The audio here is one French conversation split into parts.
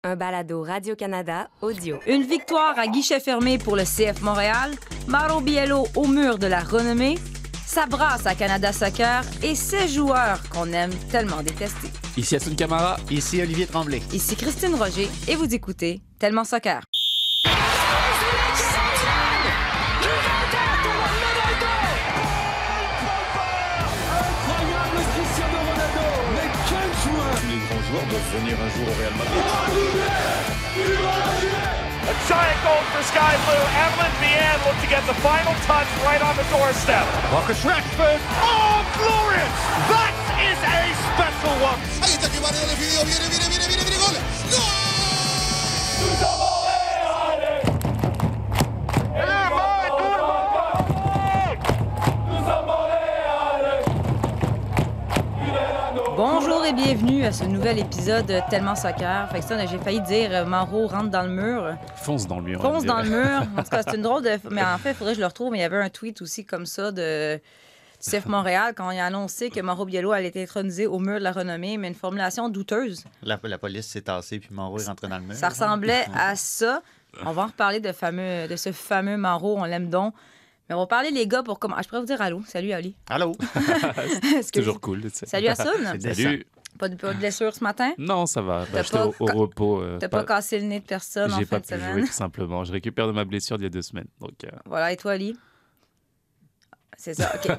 Un balado Radio-Canada audio. Une victoire à guichet fermé pour le CF Montréal, Mauro Biello au mur de la renommée, ça brasse à Canada Soccer et ces joueurs qu'on aime tellement détester. Ici Assun Camara. Ici Olivier Tremblay. Ici Christine Roger et vous écoutez Tellement Soccer. Doivent venir un jour au Real Madrid. A giant goal for Sky Blue. Evelyn Vianne looked to get the final touch right on the doorstep. Marcus Rashford. Oh, glorious! That is a special one. Ahí está que Varela definió. Viene, gol. ¡No! Bonjour et bienvenue à ce nouvel épisode de Tellement Soccer. Fait que ça, j'ai failli dire Mauro rentre dans le mur. Fonce dans le mur. Fonce dans le mur. En tout cas, c'est une drôle de... Mais en fait, il faudrait que je le retrouve. Mais il y avait un tweet aussi comme ça du CF Montréal quand il a annoncé que Mauro Biello allait être intronisé au mur de la renommée, mais une formulation douteuse. La police s'est tassée puis Mauro est rentré dans le mur. Ça ressemblait à ça. On va en reparler de ce fameux Mauro, on l'aime donc. Mais on va parler, les gars, pour comment. Je pourrais vous dire allô. Salut, Ali. Allô. C'est toujours cool. Salut, Assun. Salut. Pas de blessure ce matin? Non, ça va. J'étais au repos. T'as pas cassé le nez de personne en fin de semaine? J'ai pas pu jouer, tout simplement. Je récupère de ma blessure d'il y a 2 semaines. Donc, Voilà, et toi, Ali? C'est ça, OK.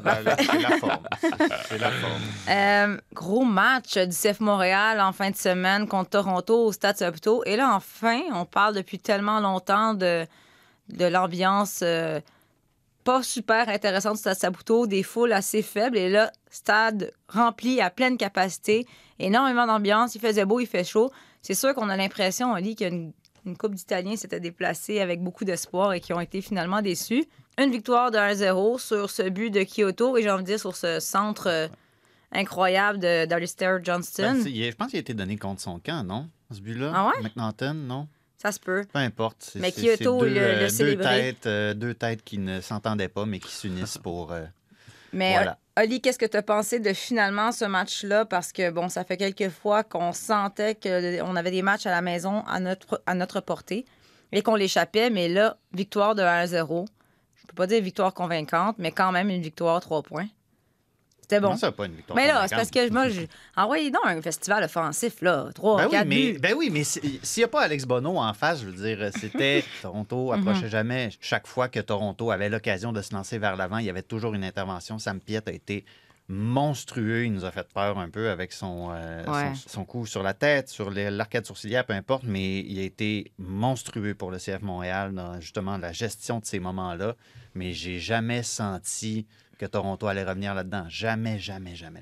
C'est la forme. Gros match du CF Montréal en fin de semaine contre Toronto au Stade Saputo. Et là, enfin, on parle depuis tellement longtemps de l'ambiance pas super intéressante du Stade Saputo, des foules assez faibles. Et là, stade rempli à pleine capacité, énormément d'ambiance, il faisait beau, il fait chaud. C'est sûr qu'on a l'impression, Oli, qu'une couple d'Italiens s'était déplacée avec beaucoup d'espoir et qui ont été finalement déçus. Une victoire de 1-0 sur ce but de Kyoto et j'ai envie de dire sur ce centre incroyable d'Alistair Johnston. Je pense qu'il a été donné contre son camp, non? Ce but-là? Ah ouais? McNaughton, non? Ça se peut. Peu importe. Mais Kyoto, il l'a célébré. Deux têtes qui ne s'entendaient pas, mais qui s'unissent pour... Mais voilà. Oli, qu'est-ce que tu as pensé de finalement ce match-là? Parce que, bon, ça fait quelques fois qu'on sentait qu'on avait des matchs à la maison à notre portée et qu'on l'échappait. Mais là, victoire de 1-0. Je peux pas dire victoire convaincante, mais quand même une victoire 3 points. C'était bon. Non, ça pas une victoire. Mais là, c'est parce que moi, envoyez donc un festival offensif, là. 3, 4 buts. Ben oui, mais s'il n'y a pas Alex Bono en face, je veux dire, c'était... Toronto approchait jamais. Chaque fois que Toronto avait l'occasion de se lancer vers l'avant, il y avait toujours une intervention. Sam Piette a été monstrueux. Il nous a fait peur un peu avec son coup sur la tête, sur l'arcade sourcilière, peu importe, mais il a été monstrueux pour le CF Montréal dans justement la gestion de ces moments-là. Mais j'ai jamais senti que Toronto allait revenir là-dedans. Jamais. Tu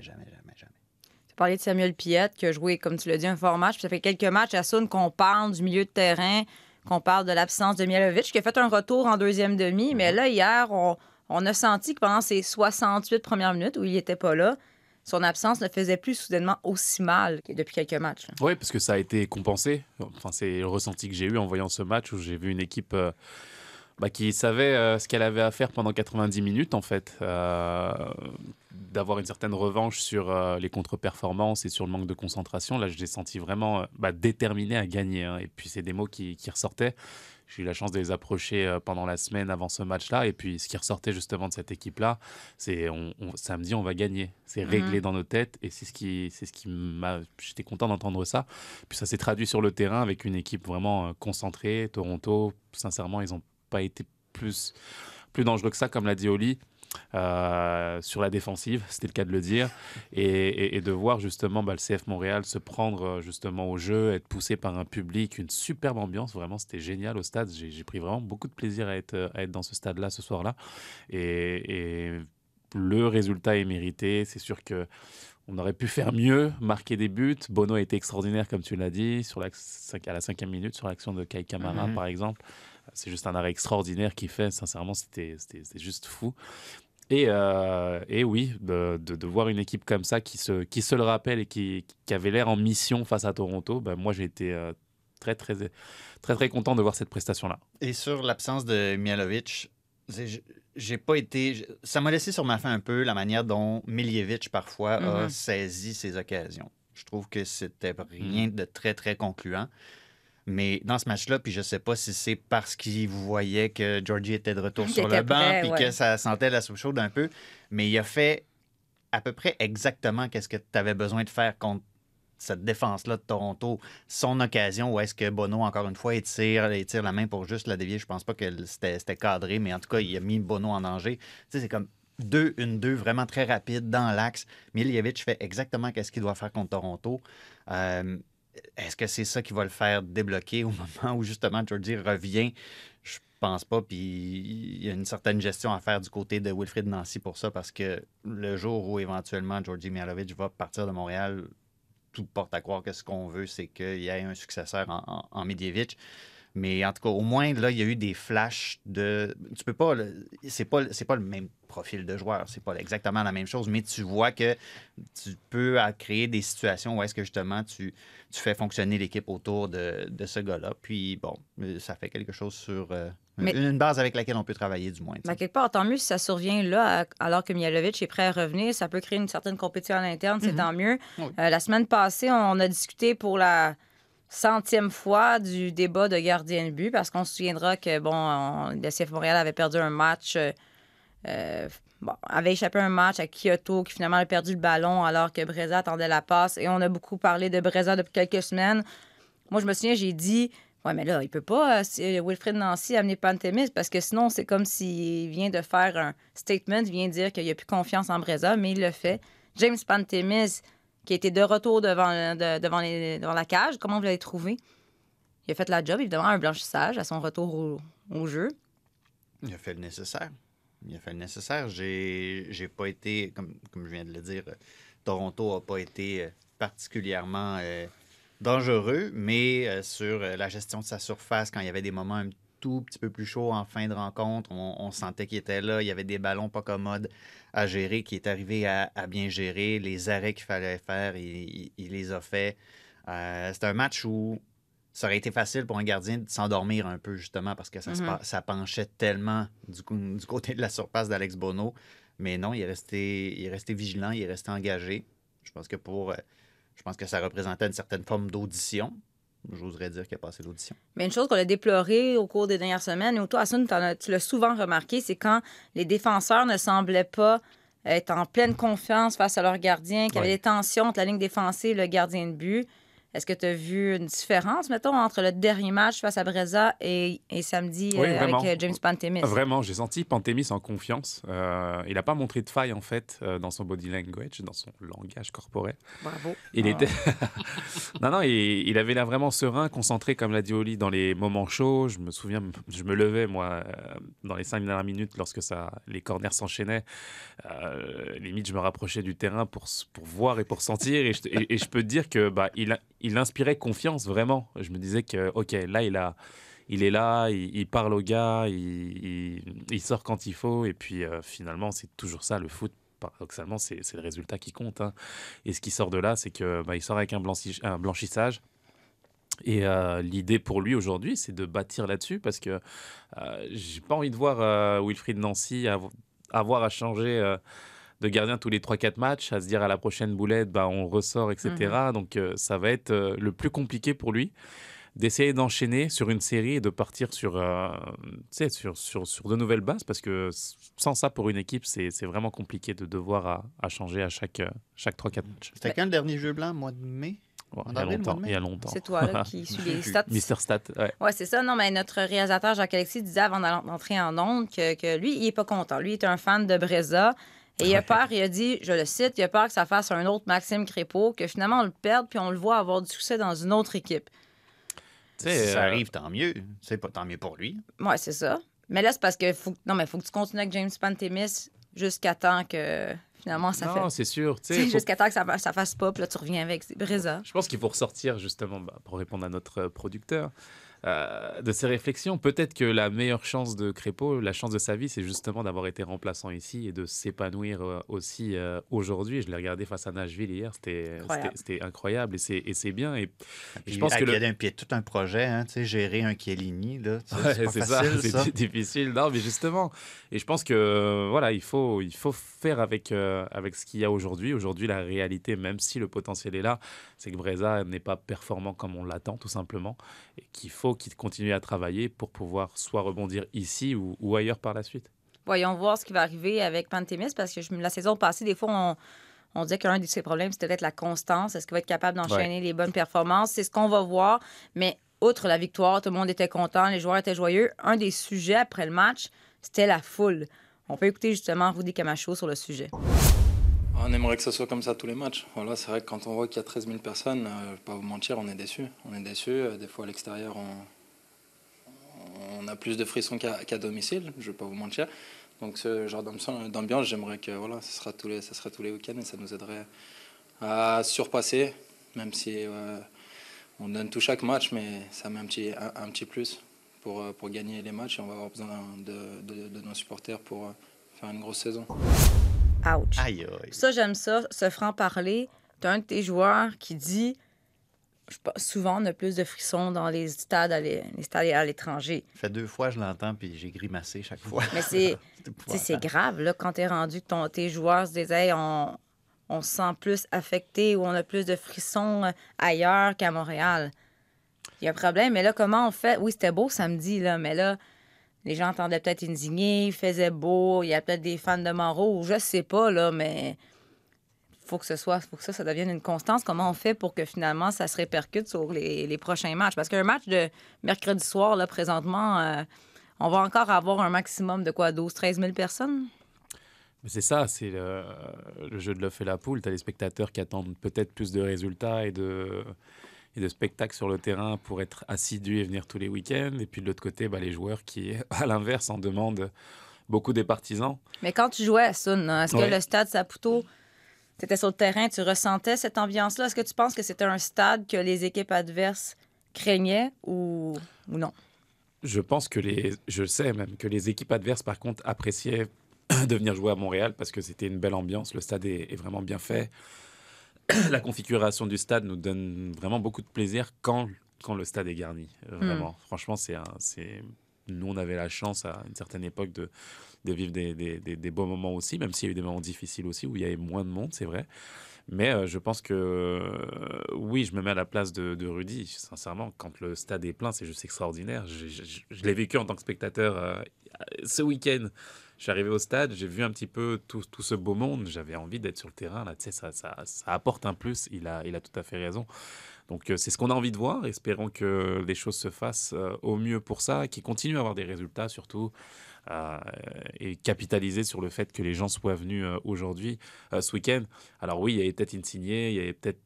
parlais de Samuel Piette qui a joué, comme tu l'as dit, un fort match. Puis ça fait quelques matchs à Sun qu'on parle du milieu de terrain, qu'on parle de l'absence de Mihailovic, qui a fait un retour en deuxième demi. Mais là, hier, on a senti que pendant ces 68 premières minutes où il n'était pas là, son absence ne faisait plus soudainement aussi mal que depuis quelques matchs. Oui, parce que ça a été compensé. Enfin, c'est le ressenti que j'ai eu en voyant ce match où j'ai vu une équipe... qui savait ce qu'elle avait à faire pendant 90 minutes, en fait. D'avoir une certaine revanche sur les contre-performances et sur le manque de concentration. Là, je l'ai senti vraiment déterminé à gagner. Hein. Et puis, c'est des mots qui ressortaient. J'ai eu la chance de les approcher pendant la semaine avant ce match-là. Et puis, ce qui ressortait justement de cette équipe-là, c'est samedi, on va gagner. C'est réglé dans nos têtes. Et c'est ce qui m'a... J'étais content d'entendre ça. Puis, ça s'est traduit sur le terrain avec une équipe vraiment concentrée. Toronto, sincèrement, ils ont pas été plus dangereux que ça, comme l'a dit Oli, sur la défensive, c'était le cas de le dire, et de voir justement le CF Montréal se prendre justement au jeu, être poussé par un public, une superbe ambiance, vraiment c'était génial au stade, j'ai pris vraiment beaucoup de plaisir à être dans ce stade-là ce soir-là, et le résultat est mérité, c'est sûr que on aurait pu faire mieux, marquer des buts. Bono a été extraordinaire, comme tu l'as dit, à la 5e minute, sur l'action de Kai Kamara, par exemple. C'est juste un arrêt extraordinaire qu'il fait. Sincèrement, c'était juste fou. Et oui, de voir une équipe comme ça qui se le rappelle et qui avait l'air en mission face à Toronto, moi, j'ai été très, très, très, très content de voir cette prestation-là. Et sur l'absence de Mihailovic, j'ai pas été... Ça m'a laissé sur ma faim un peu la manière dont Miljevic, parfois, a saisi ses occasions. Je trouve que c'était rien de très, très concluant. Mais dans ce match-là, puis je sais pas si c'est parce qu'il voyait que Georgie était de retour Il sur était le banc, prêt, puis ouais. que ça sentait la soupe chaude un peu, mais il a fait à peu près exactement qu'est-ce que tu avais besoin de faire contre cette défense-là de Toronto. Son occasion, où est-ce que Bono, encore une fois, il tire la main pour juste la dévier. Je pense pas que c'était cadré, mais en tout cas, il a mis Bono en danger. Tu sais, c'est comme 2-1-2, vraiment très rapide dans l'axe. Miljevic fait exactement ce qu'il doit faire contre Toronto. Est-ce que c'est ça qui va le faire débloquer au moment où, justement, Georgie revient? Je pense pas. Puis il y a une certaine gestion à faire du côté de Wilfried Nancy pour ça, parce que le jour où, éventuellement, Georgie Mihailovic va partir de Montréal, tout porte à croire que ce qu'on veut, c'est qu'il y ait un successeur en Miljevic. Mais en tout cas, au moins, là, il y a eu des flashs de... Tu peux pas... C'est pas le même profil de joueur. C'est pas exactement la même chose, mais tu vois que tu peux créer des situations où est-ce que, justement, tu fais fonctionner l'équipe autour de ce gars-là. Puis, bon, ça fait quelque chose sur... une base avec laquelle on peut travailler, du moins. Ben, quelque part, tant mieux si ça survient là, alors que Mihailovic est prêt à revenir. Ça peut créer une certaine compétition à l'interne, c'est tant mieux. Oui. La semaine passée, on a discuté pour la 100e fois du débat de gardien de but, parce qu'on se souviendra que, le CF Montréal avait perdu un match, avait échappé un match à Kyoto, qui finalement a perdu le ballon alors que Breza attendait la passe. Et on a beaucoup parlé de Breza depuis quelques semaines. Moi, je me souviens, j'ai dit... Oui, mais là, il peut pas, Wilfried Nancy, amener Pantemis, parce que sinon, c'est comme s'il vient de faire un statement, il vient dire qu'il n'a plus confiance en Breza, mais il le fait. James Pantemis, qui était de retour devant la cage, comment vous l'avez trouvé? Il a fait la job, évidemment, un blanchissage à son retour au jeu. Il a fait le nécessaire. J'ai pas été, comme je viens de le dire, Toronto n'a pas été particulièrement... dangereux, mais sur la gestion de sa surface, quand il y avait des moments un tout petit peu plus chauds en fin de rencontre, on sentait qu'il était là, il y avait des ballons pas commodes à gérer, qui est arrivé à bien gérer, les arrêts qu'il fallait faire, il les a fait. C'est un match où ça aurait été facile pour un gardien de s'endormir un peu, justement, parce que ça penchait tellement du côté de la surface d'Alex Bono, mais non, il est resté vigilant, il est resté engagé. Je pense que ça représentait une certaine forme d'audition. J'oserais dire qu'il a passé l'audition. Mais une chose qu'on a déplorée au cours des dernières semaines, et toi, Hassoun, tu l'as souvent remarqué, c'est quand les défenseurs ne semblaient pas être en pleine confiance face à leur gardien, qu'il y avait des tensions entre la ligne défensive et le gardien de but. Est-ce que tu as vu une différence, mettons, entre le dernier match face à Breza et samedi avec James Pantemis? Vraiment, j'ai senti Pantemis en confiance. Il n'a pas montré de faille, en fait, dans son body language, dans son langage corporel. Bravo. Il était... non, il avait l'air vraiment serein, concentré, comme l'a dit Oli, dans les moments chauds. Je me souviens, je me levais, moi, dans les 5 dernières minutes, lorsque les corners s'enchaînaient. Limite, je me rapprochais du terrain pour voir et pour sentir. Et je peux te dire que il inspirait confiance, vraiment. Je me disais que, OK, là, il est là, il parle aux gars, il sort quand il faut. Et puis, finalement, c'est toujours ça, le foot. Paradoxalement, c'est le résultat qui compte. Hein. Et ce qui sort de là, c'est qu'il sort avec un blanchissage. Et l'idée pour lui aujourd'hui, c'est de bâtir là-dessus, parce que j'ai pas envie de voir Wilfried Nancy avoir à changer... de gardien tous les 3-4 matchs, à se dire à la prochaine boulette, on ressort, etc. Donc, ça va être le plus compliqué pour lui, d'essayer d'enchaîner sur une série et de partir sur de nouvelles bases, parce que sans ça, pour une équipe, c'est vraiment compliqué de devoir à changer à chaque 3-4 matchs. C'était quand le dernier jeu blanc, mois de mai? Il y a longtemps. C'est toi là, qui suis les stats. Mister Stat, ouais. Oui, c'est ça. Non, mais notre réalisateur Jacques-Alexis disait avant d'entrer en ondes que lui, il n'est pas content. Lui, il est un fan de Breza. Et il a peur, il a dit, je le cite, il a peur que ça fasse un autre Maxime Crépeau, que finalement on le perde, puis on le voit avoir du succès dans une autre équipe. Si ça arrive, tant mieux. C'est pas tant mieux pour lui. Oui, c'est ça. Mais là, c'est parce que faut que tu continues avec James Pantemis jusqu'à temps que finalement ça fait. Non, c'est sûr. Jusqu'à temps que ça fasse pas, puis là tu reviens avec Breza. Je pense qu'il faut ressortir, justement, pour répondre à notre producteur, de ses réflexions. Peut-être que la meilleure chance de Crépeau, la chance de sa vie, c'est justement d'avoir été remplaçant ici et de s'épanouir aussi aujourd'hui. Je l'ai regardé face à Nashville hier, c'était incroyable et c'est bien. Et je pense que il y a tout un projet, hein, gérer un Chiellini, là, c'est pas facile, c'est difficile. Non, mais justement, et je pense que voilà, il faut faire avec ce qu'il y a aujourd'hui. Aujourd'hui, la réalité, même si le potentiel est là, c'est que Breza n'est pas performant comme on l'attend, tout simplement, et qu'il faut qu'il continue à travailler pour pouvoir soit rebondir ici ou ailleurs par la suite. Voyons voir ce qui va arriver avec Pantémis, parce que la saison passée, des fois, on disait qu'un de ses problèmes, c'était peut-être la constance. Est-ce qu'il va être capable d'enchaîner les bonnes performances? C'est ce qu'on va voir. Mais outre la victoire, tout le monde était content, les joueurs étaient joyeux. Un des sujets après le match, c'était la foule. On peut écouter justement Rudy Camacho sur le sujet. On aimerait que ce soit comme ça tous les matchs. Voilà, c'est vrai que quand on voit qu'il y a 13 000 personnes, je ne vais pas vous mentir, on est déçus. On est déçus. Des fois, à l'extérieur, on a plus de frissons qu'à domicile, je ne vais pas vous mentir. Donc ce genre d'ambiance, j'aimerais que ça sera tous les week-ends et ça nous aiderait à surpasser, même si on donne tout chaque match, mais ça met un petit plus pour gagner les matchs et on va avoir besoin de nos supporters pour faire une grosse saison. Ouch. Aïe, aïe. Ça, j'aime ça, ce franc-parler. T'as un de tes joueurs qui dit... Souvent, on a plus de frissons dans les stades à l'étranger. Ça fait 2 fois que je l'entends, puis j'ai grimacé chaque fois. Mais c'est grave, là, quand t'es rendu que tes joueurs se disent hey, on se sent plus affecté ou on a plus de frissons ailleurs qu'à Montréal. Il y a un problème, mais là, comment on fait? Oui, c'était beau samedi, là, mais là, les gens entendaient peut-être indigner, il faisait beau, il y a peut-être des fans de Moreau, ou je sais pas, là, mais... faut que ça devienne une constance. Comment on fait pour que finalement ça se répercute sur les prochains matchs? Parce qu'un match de mercredi soir, là, présentement, on va encore avoir un maximum de 12-13 000 personnes? Mais c'est ça, c'est le jeu de l'œuf et la poule. Tu as les spectateurs qui attendent peut-être plus de résultats et de spectacles sur le terrain pour être assidus et venir tous les week-ends. Et puis de l'autre côté, les joueurs qui, à l'inverse, en demandent beaucoup des partisans. Mais quand tu jouais à Sun, est-ce que le stade Saputo... Tu étais sur le terrain, tu ressentais cette ambiance-là. Est-ce que tu penses que c'était un stade que les équipes adverses craignaient ou non? Je pense je sais même que les équipes adverses, par contre, appréciaient de venir jouer à Montréal parce que c'était une belle ambiance. Le stade est vraiment bien fait. La configuration du stade nous donne vraiment beaucoup de plaisir quand le stade est garni. Vraiment. Franchement, nous, on avait la chance à une certaine époque de vivre des beaux moments aussi, même s'il y a eu des moments difficiles aussi où il y avait moins de monde, c'est vrai. Mais je pense que, oui, je me mets à la place de Rudy. Sincèrement, quand le stade est plein, c'est juste extraordinaire. Je l'ai vécu en tant que spectateur ce week-end. Je suis arrivé au stade, j'ai vu un petit peu tout ce beau monde. J'avais envie d'être sur le terrain. Là, tu sais, ça apporte un plus. Il a tout à fait raison. Donc, c'est ce qu'on a envie de voir. Espérons que les choses se fassent au mieux pour ça, qu'ils continuent à avoir des résultats surtout. Et capitaliser sur le fait que les gens soient venus aujourd'hui, ce week-end. Alors oui, il y avait peut-être Insigné, il y avait peut-être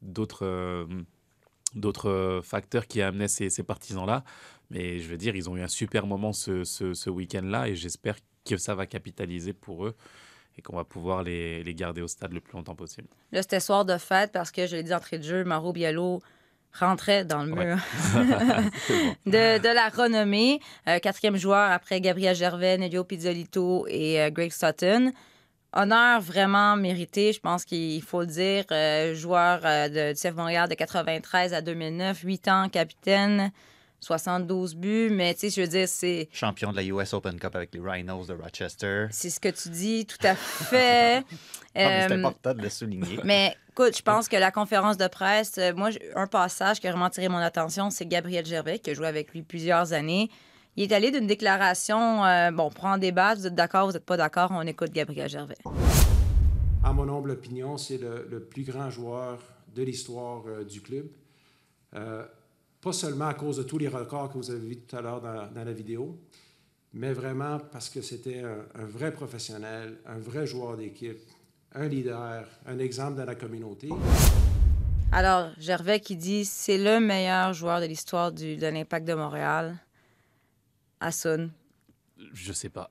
d'autres facteurs qui amenaient ces partisans-là. Mais je veux dire, ils ont eu un super moment ce week-end-là et j'espère que ça va capitaliser pour eux et qu'on va pouvoir les garder au stade le plus longtemps possible. Là, c'était soir de fête parce que, je l'ai dit d'entrée de jeu, Mauro Biello rentrait dans le mur de la renommée. 4e joueur après Gabriel Gervais, Nelio Pizzolito et Greg Sutton. Honneur vraiment mérité, je pense qu'il faut le dire. Joueur du CF Montréal de 93 à 2009, 8 ans, capitaine, 72 buts. Mais tu sais, je veux dire, c'est... Champion de la US Open Cup avec les Rhinos de Rochester. C'est ce que tu dis, tout à fait. C'est important de le souligner. Mais écoute, je pense que la conférence de presse, moi, un passage qui a vraiment attiré mon attention, c'est Gabriel Gervais, qui a joué avec lui plusieurs années. Il est allé d'une déclaration, pour en débattre, vous êtes d'accord, vous n'êtes pas d'accord, on écoute Gabriel Gervais. À mon humble opinion, c'est le plus grand joueur de l'histoire du club. Pas seulement à cause de tous les records que vous avez vus tout à l'heure dans la vidéo, mais vraiment parce que c'était un vrai professionnel, un vrai joueur d'équipe, un leader, un exemple dans la communauté. Alors, Gervais qui dit c'est le meilleur joueur de l'histoire de l'Impact de Montréal. Sun. Je sais pas.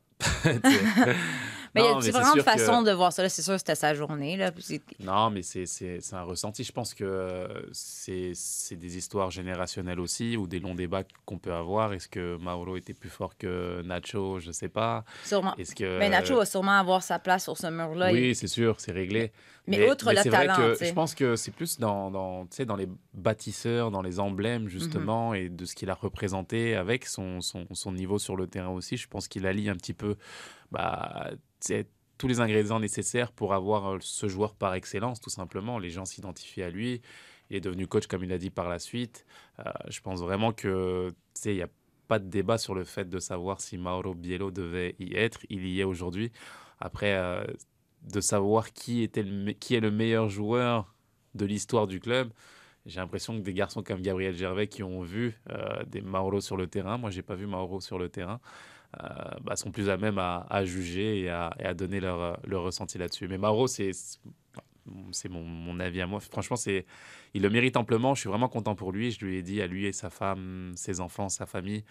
Mais il y a différentes façons de voir ça. Là, c'est sûr que c'était sa journée. Là. Non, mais c'est un ressenti. Je pense que c'est des histoires générationnelles aussi ou des longs débats qu'on peut avoir. Est-ce que Mauro était plus fort que Nacho? Je sais pas. Sûrement. Mais Nacho va sûrement avoir sa place sur ce mur-là. Oui, c'est sûr, c'est réglé. Mais outre le talent, vrai que je pense que c'est plus dans les bâtisseurs, dans les emblèmes, justement, et de ce qu'il a représenté avec son niveau sur le terrain aussi. Je pense qu'il allie un petit peu tous les ingrédients nécessaires pour avoir ce joueur par excellence, tout simplement. Les gens s'identifient à lui. Il est devenu coach, comme il a dit par la suite. Je pense vraiment que, il n'y a pas de débat sur le fait de savoir si Mauro Biello devait y être. Il y est aujourd'hui. Après, de savoir qui est le meilleur joueur de l'histoire du club, j'ai l'impression que des garçons comme Gabriel Gervais qui ont vu des Mauro sur le terrain, moi, je n'ai pas vu Mauro sur le terrain, sont plus à même à juger et à donner leur ressenti là-dessus. Mais Mauro, c'est mon avis à moi. Franchement, il le mérite amplement. Je suis vraiment content pour lui. Je lui ai dit à lui et sa femme, ses enfants, sa famille,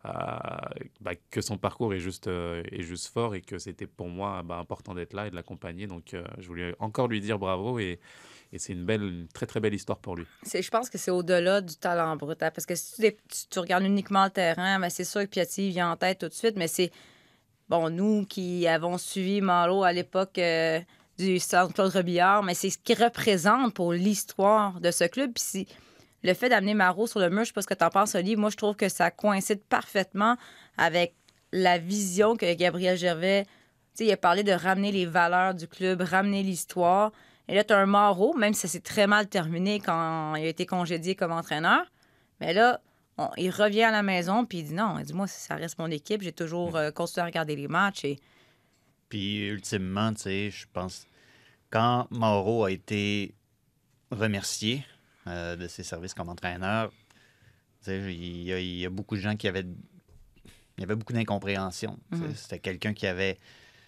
que son parcours est juste fort et que c'était pour moi important d'être là et de l'accompagner. Donc, je voulais encore lui dire bravo et c'est une très, très belle histoire pour lui. Je pense que c'est au-delà du talent brut. Parce que si tu regardes uniquement le terrain, c'est sûr que Piatti vient en tête tout de suite, mais c'est... Bon, nous qui avons suivi Mauro à l'époque du Centre Claude Robillard, mais c'est ce qu'il représente pour l'histoire de ce club. Puis le fait d'amener Mauro sur le mur, je sais pas ce que tu en penses, Oli, moi je trouve que ça coïncide parfaitement avec la vision que Gabriel Gervais... Il a parlé de ramener les valeurs du club, ramener l'histoire... Et là, tu as un Mauro, même si ça s'est très mal terminé quand il a été congédié comme entraîneur. Mais là, il revient à la maison puis il dit non, dis-moi, ça reste mon équipe. J'ai toujours continué à regarder les matchs. Puis, ultimement, je pense, quand Mauro a été remercié de ses services comme entraîneur, il y a beaucoup de gens il y avait beaucoup d'incompréhension. C'était quelqu'un qui avait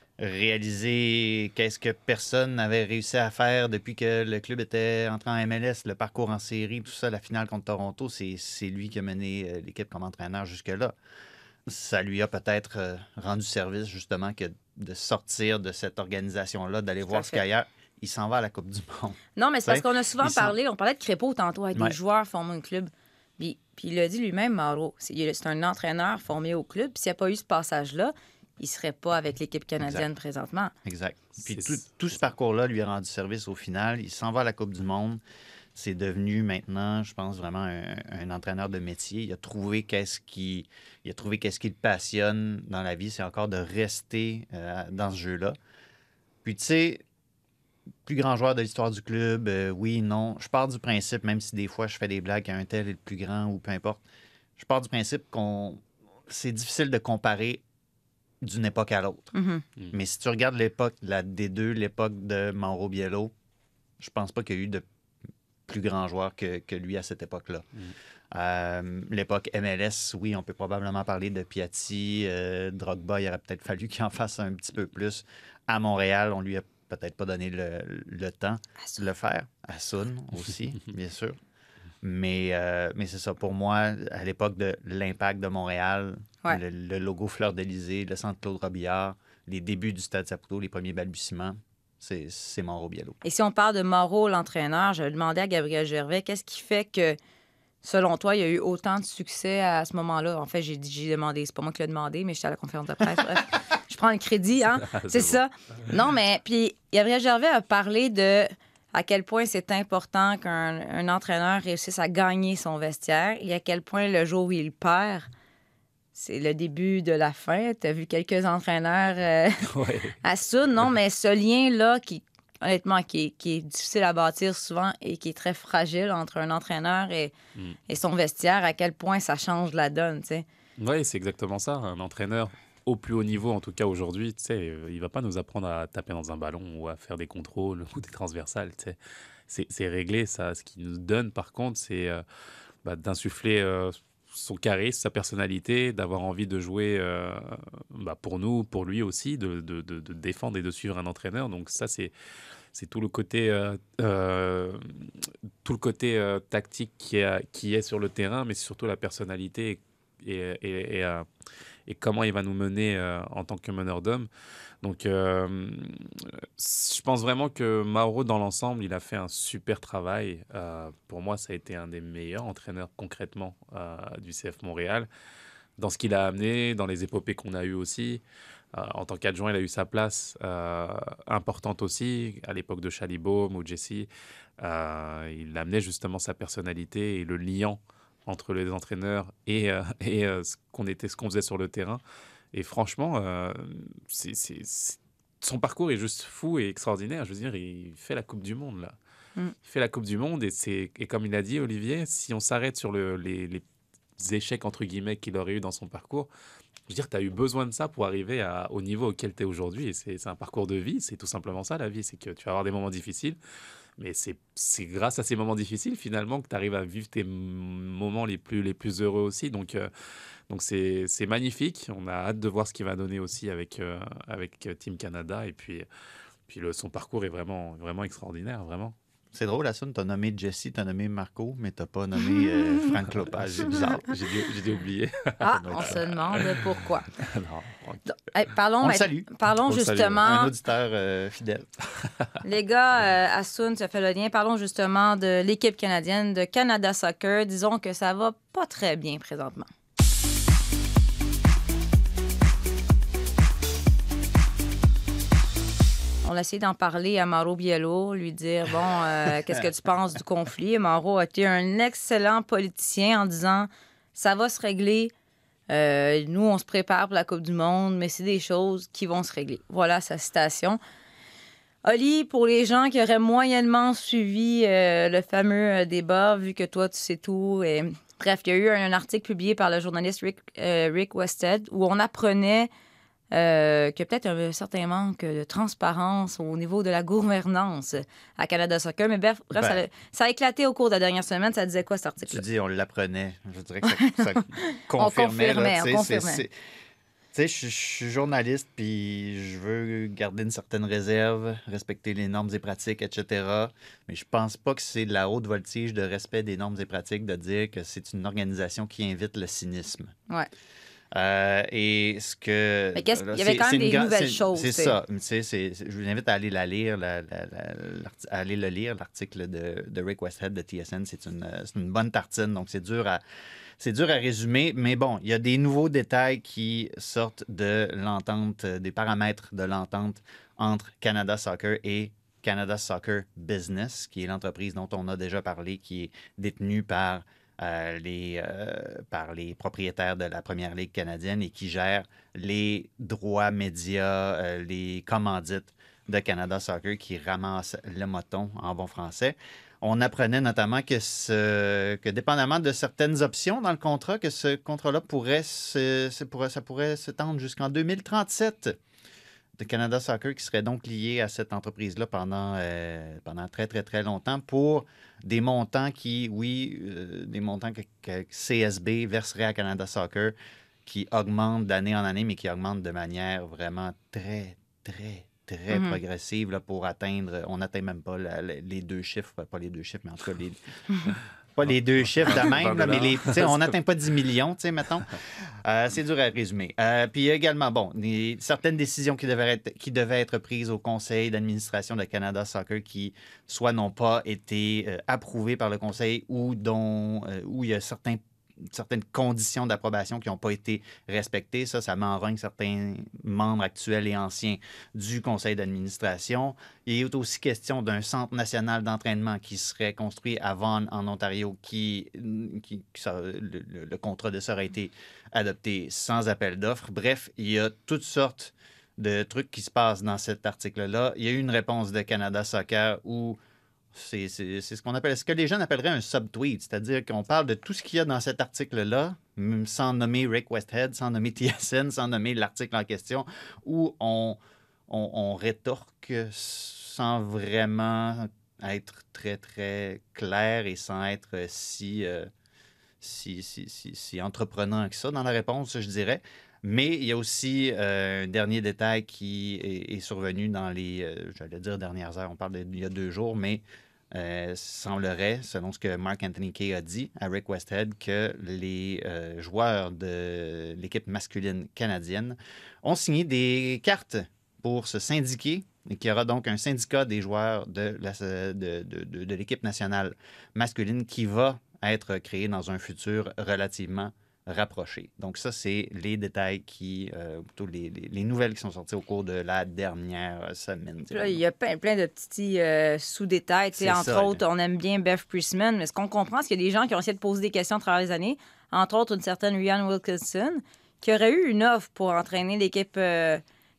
réaliser qu'est-ce que personne n'avait réussi à faire depuis que le club était entré en MLS, le parcours en série, tout ça, la finale contre Toronto, c'est lui qui a mené l'équipe comme entraîneur jusque-là. Ça lui a peut-être rendu service, justement, que de sortir de cette organisation-là, d'aller voir ce qu'ailleurs. Il s'en va à la Coupe du Monde. Non, mais c'est parce qu'on a souvent parlé, on parlait de Crépeau tantôt, avec des joueurs formés au club. Puis il l'a dit lui-même, Mauro, c'est un entraîneur formé au club, puis s'il n'y a pas eu ce passage-là, il ne serait pas avec l'équipe canadienne présentement. Exact. Puis tout ce parcours-là lui a rendu service au final. Il s'en va à la Coupe du Monde. C'est devenu maintenant, je pense, vraiment un entraîneur de métier. Il a trouvé qu'est-ce qui le passionne dans la vie. C'est encore de rester dans ce jeu-là. Puis, tu sais, plus grand joueur de l'histoire du club, oui, non. Je pars du principe, même si des fois je fais des blagues à un tel est le plus grand ou peu importe, je pars du principe c'est difficile de comparer d'une époque à l'autre. Mm-hmm. Mais si tu regardes l'époque de la D2, l'époque de Mauro Biello, je pense pas qu'il y a eu de plus grand joueur que lui à cette époque-là. L'époque MLS, oui, on peut probablement parler de Piatti, Drogba, il aurait peut-être fallu qu'il en fasse un petit peu plus. À Montréal, on lui a peut-être pas donné le temps de le faire. À Sun aussi, bien sûr. Mais c'est ça, pour moi, à l'époque de l'Impact de Montréal, le logo Fleur d'Elysée, le Centre Claude Robillard, les débuts du Stade Saputo, les premiers balbutiements, c'est Mauro Biello. Et si on parle de Mauro, l'entraîneur, je demandais à Gabriel Gervais, qu'est-ce qui fait que, selon toi, il y a eu autant de succès à ce moment-là? En fait, j'ai demandé, c'est pas moi qui l'ai demandé, mais j'étais à la conférence de presse. Je prends le crédit, hein? C'est ça. Non, mais puis Gabriel Gervais a parlé de à quel point c'est important qu'un entraîneur réussisse à gagner son vestiaire et à quel point le jour où il perd, c'est le début de la fin. Tu as vu quelques entraîneurs à ça, non? Mais ce lien-là, honnêtement, qui est difficile à bâtir souvent et qui est très fragile entre un entraîneur et son vestiaire, à quel point ça change la donne, tu sais. Oui, c'est exactement ça. Un entraîneur au plus haut niveau, en tout cas aujourd'hui, tu sais, il va pas nous apprendre à taper dans un ballon ou à faire des contrôles ou des transversales, tu sais. C'est réglé, ça. Ce qu'il nous donne, par contre, c'est d'insuffler son charisme, sa personnalité, d'avoir envie de jouer pour nous, pour lui aussi, de défendre et de suivre un entraîneur. Donc ça, c'est tout le côté, tactique qui est sur le terrain, mais c'est surtout la personnalité et comment il va nous mener en tant que meneur d'hommes. Donc, je pense vraiment que Mauro, dans l'ensemble, il a fait un super travail. Pour moi, ça a été un des meilleurs entraîneurs concrètement du CF Montréal. Dans ce qu'il a amené, dans les épopées qu'on a eues aussi. En tant qu'adjoint, il a eu sa place importante aussi, à l'époque de Chalibaume ou Jesse. Il amenait justement sa personnalité et le liant entre les entraîneurs et ce qu'on faisait sur le terrain. Et franchement, son parcours est juste fou et extraordinaire. Je veux dire, il fait la Coupe du Monde, là. Il fait la Coupe du Monde et comme il a dit, Olivier, si on s'arrête sur les échecs, entre guillemets, qu'il aurait eu dans son parcours, je veux dire, tu as eu besoin de ça pour arriver au niveau auquel tu es aujourd'hui. Et c'est un parcours de vie, c'est tout simplement ça, la vie. C'est que tu vas avoir des moments difficiles, mais c'est grâce à ces moments difficiles, finalement, que tu arrives à vivre tes moments les plus heureux aussi. Donc c'est magnifique. On a hâte de voir ce qu'il va donner aussi avec Team Canada. Et puis son parcours est vraiment, vraiment extraordinaire, vraiment. C'est drôle, Assun, t'as nommé Jesse, t'as nommé Marco, mais t'as pas nommé Frank Lopez. C'est bizarre. J'ai oublié. On se demande pourquoi. Non. Hey, parlons On le salue. Parlons justement... Un auditeur fidèle. Les gars, Assun, ça fait le lien. Parlons justement de l'équipe canadienne de Canada Soccer. Disons que ça va pas très bien présentement. On a essayé d'en parler à Mauro Biello, lui dire, qu'est-ce que tu penses du conflit? Mauro a été un excellent politicien en disant, ça va se régler. Nous, on se prépare pour la Coupe du Monde, mais c'est des choses qui vont se régler. Voilà sa citation. Oli, pour les gens qui auraient moyennement suivi le fameux débat, vu que toi, tu sais tout. Bref, il y a eu un article publié par le journaliste Rick Westhead où on apprenait qu'il y a peut-être un certain manque de transparence au niveau de la gouvernance à Canada Soccer. Mais bref, ça a éclaté au cours de la dernière semaine. Ça disait quoi, cet article-là? Tu dis, on l'apprenait. Je dirais que ça confirmait. On confirmait. Tu sais, je suis journaliste, puis je veux garder une certaine réserve, respecter les normes et pratiques, etc. Mais je pense pas que c'est de la haute voltige de respect des normes et pratiques de dire que c'est une organisation qui invite le cynisme. Ouais. Et ce que... Mais il y avait quand même des nouvelles choses. C'est ça. Je vous invite à aller la lire, aller le lire, l'article de Rick Westhead de TSN. C'est une bonne tartine, donc c'est dur à résumer. Mais bon, il y a des nouveaux détails qui sortent de l'entente, des paramètres de l'entente entre Canada Soccer et Canada Soccer Business, qui est l'entreprise dont on a déjà parlé, qui est détenue par les propriétaires de la Première Ligue canadienne et qui gère les droits médias, les commandites de Canada Soccer, qui ramasse le moton en bon français. On apprenait notamment que dépendamment de certaines options dans le contrat, que ce contrat-là pourrait s'étendre jusqu'en 2037. De Canada Soccer qui serait donc lié à cette entreprise-là pendant très, très, très longtemps pour des montants des montants que CSB verserait à Canada Soccer qui augmentent d'année en année, mais qui augmentent de manière vraiment très, très, très progressive là, pour atteindre... On n'atteint même pas les deux chiffres, pas les deux chiffres, mais en tout cas pas les deux chiffres de même, là, mais on n'atteint pas 10 millions, mettons. C'est dur à résumer. Puis il y a également, certaines décisions qui devaient être prises au conseil d'administration de Canada Soccer qui soit n'ont pas été approuvées par le conseil ou où il y a certaines conditions d'approbation qui n'ont pas été respectées. Ça met en rogne certains membres actuels et anciens du conseil d'administration. Il est aussi question d'un centre national d'entraînement qui serait construit à Vaughan, en Ontario, le contrat de ça aurait été adopté sans appel d'offres. Bref, il y a toutes sortes de trucs qui se passent dans cet article-là. Il y a eu une réponse de Canada Soccer où c'est ce qu'on appelle, ce que les jeunes appelleraient un subtweet, c'est-à-dire qu'on parle de tout ce qu'il y a dans cet article-là, sans nommer Rick Westhead, sans nommer TSN, sans nommer l'article en question, où on rétorque sans vraiment être très, très clair et sans être si entreprenant que ça dans la réponse, je dirais. Mais il y a aussi un dernier détail qui est survenu dans les, j'allais dire dernières heures, on parle d'il y a 2 jours, mais semblerait, selon ce que Marc-Anthony Kaye a dit à Rick Westhead, que les joueurs de l'équipe masculine canadienne ont signé des cartes pour se syndiquer et qu'il y aura donc un syndicat des joueurs de l'équipe nationale masculine qui va être créé dans un futur relativement rapproché. Donc ça, c'est les détails plutôt les nouvelles qui sont sorties au cours de la dernière semaine. Là, il y a plein de petits sous-détails. Entre autres, on aime bien Beth Priestman, mais ce qu'on comprend, c'est qu'il y a des gens qui ont essayé de poser des questions à travers les années, entre autres une certaine Rhian Wilkinson, qui aurait eu une offre pour entraîner l'équipe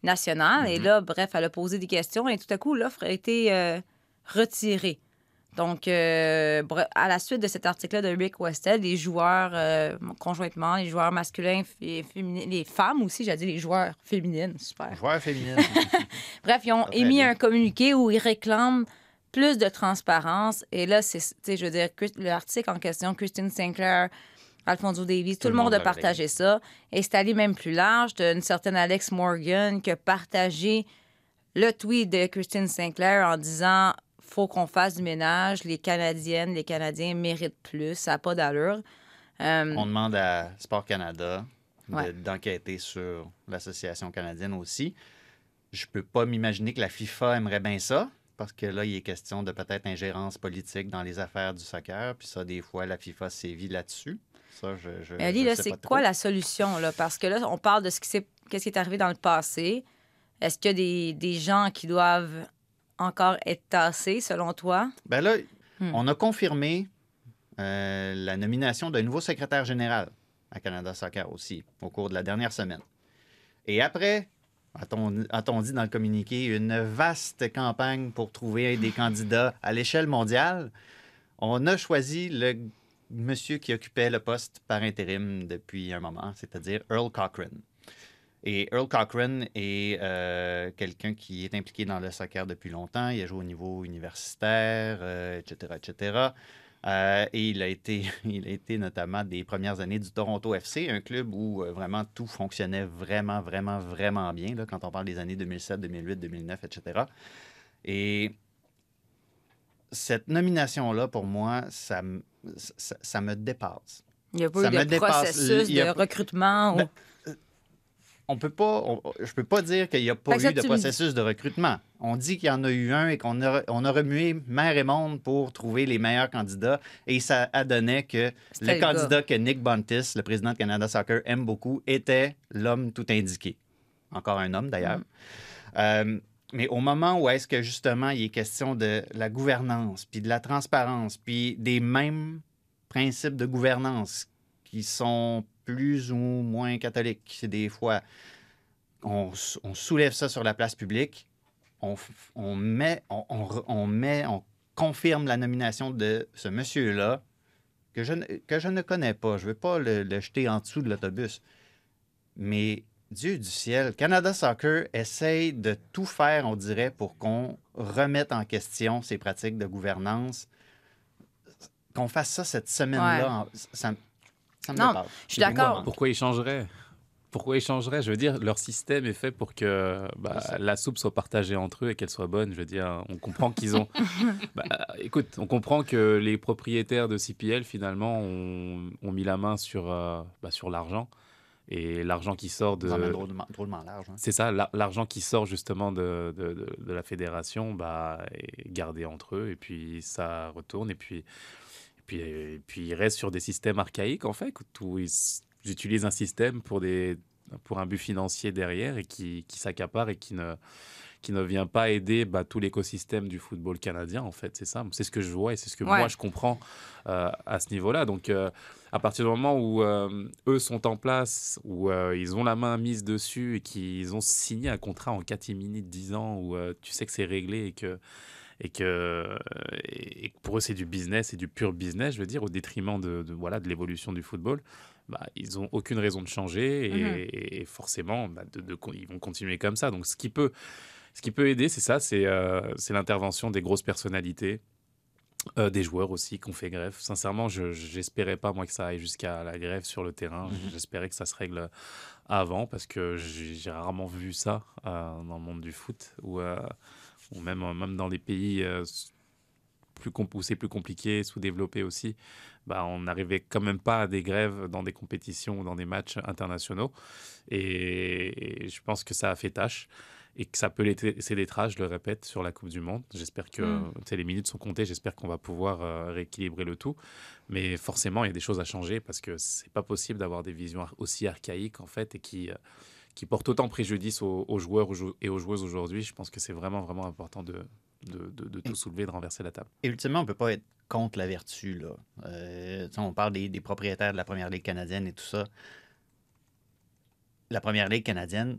nationale. Et là, bref, elle a posé des questions et tout à coup, l'offre a été retirée. Donc, à la suite de cet article-là de Rick Westhead, les joueurs, conjointement, les joueurs masculins et féminins, les femmes aussi, j'ai dit les joueurs féminines, super. Joueurs féminines. Bref, ils ont émis un communiqué où ils réclament plus de transparence. Et là, je veux dire, l'article en question, Christine Sinclair, Alphonso Davies, tout le monde a partagé ça. Et c'est allé même plus large. T'as une certaine Alex Morgan qui a partagé le tweet de Christine Sinclair en disant faut qu'on fasse du ménage. Les Canadiennes, les Canadiens méritent plus. Ça n'a pas d'allure. On demande à Sport Canada Ouais. d'enquêter sur l'Association canadienne aussi. Je peux pas m'imaginer que la FIFA aimerait bien ça, parce que là, il est question de peut-être ingérence politique dans les affaires du soccer. Puis ça, des fois, la FIFA sévit là-dessus. Ça, Mais Ali, là, sais c'est pas trop. quoi la solution? Là? Parce que là, on parle de qu'est-ce qui est arrivé dans le passé. Est-ce qu'il y a des gens qui doivent encore être tassés, selon toi? Ben là, on a confirmé la nomination d'un nouveau secrétaire général à Canada Soccer aussi, au cours de la dernière semaine. Et après, a-t-on dit dans le communiqué, une vaste campagne pour trouver des candidats à l'échelle mondiale, on a choisi le monsieur qui occupait le poste par intérim depuis un moment, c'est-à-dire Earl Cochrane. Et Earl Cochrane est quelqu'un qui est impliqué dans le soccer depuis longtemps. Il a joué au niveau universitaire, etc., etc. Et il a été notamment des premières années du Toronto FC, un club où vraiment tout fonctionnait vraiment, vraiment, vraiment bien, là, quand on parle des années 2007, 2008, 2009, etc. Et cette nomination-là, pour moi, ça me dépasse. Il n'y a pas eu de processus de recrutement? Ben, je peux pas dire qu'il n'y a pas eu de processus de recrutement. On dit qu'il y en a eu un et qu'on a remué mer et monde pour trouver les meilleurs candidats. Et ça a donné que le candidat que Nick Bontis, le président de Canada Soccer, aime beaucoup, était l'homme tout indiqué. Encore un homme, d'ailleurs. Mais au moment où est-ce que, justement, il est question de la gouvernance, puis de la transparence, puis des mêmes principes de gouvernance qui sont plus ou moins catholiques. C'est des fois, on soulève ça sur la place publique, on confirme la nomination de ce monsieur-là que je ne connais pas. Je ne veux pas le jeter en dessous de l'autobus. Mais Dieu du ciel, Canada Soccer essaye de tout faire, on dirait, pour qu'on remette en question ces pratiques de gouvernance. Qu'on fasse ça cette semaine-là, ça me dépasse. Je suis d'accord. Pourquoi ils changeraient? Je veux dire, leur système est fait pour que la soupe soit partagée entre eux et qu'elle soit bonne. Je veux dire, on comprend qu'ils ont... on comprend que les propriétaires de CPL, finalement, ont mis la main sur l'argent. Et l'argent qui sort de... Ça emmène drôlement large. Hein. C'est ça, l'argent qui sort justement de la fédération est gardé entre eux. Et puis, ça retourne. Et puis ils restent sur des systèmes archaïques, en fait, où ils utilisent un système pour un but financier derrière et qui s'accapare et qui ne vient pas aider tout l'écosystème du football canadien, en fait. C'est ça. C'est ce que je vois et c'est ce que moi, je comprends à ce niveau-là. Donc, à partir du moment où eux sont en place, où ils ont la main mise dessus et qu'ils ont signé un contrat en catimini de 10 ans, où tu sais que c'est réglé et que pour eux, c'est du business, c'est du pur business, je veux dire, au détriment de l'évolution du football, ils n'ont aucune raison de changer et forcément, ils vont continuer comme ça. Donc, ce qui peut aider, c'est ça, c'est l'intervention des grosses personnalités, des joueurs aussi qui ont fait grève. Sincèrement, j'espérais pas, moi, que ça aille jusqu'à la grève sur le terrain. J'espérais que ça se règle avant, parce que j'ai rarement vu ça dans le monde du foot, ou même dans des pays où c'est plus compliqué, sous-développé aussi, on n'arrivait quand même pas à des grèves dans des compétitions ou dans des matchs internationaux. Et je pense que ça a fait tâche et que ça peut laisser des traces, je le répète, sur la Coupe du Monde. J'espère que les minutes sont comptées, j'espère qu'on va pouvoir rééquilibrer le tout. Mais forcément, il y a des choses à changer parce que c'est pas possible d'avoir des visions aussi archaïques, en fait, et qui portent autant préjudice aux joueurs et aux joueuses aujourd'hui. Je pense que c'est vraiment, vraiment important de tout soulever, de renverser la table. Et ultimement, on ne peut pas être contre la vertu, là. On parle des propriétaires de la Première Ligue canadienne et tout ça. La Première Ligue canadienne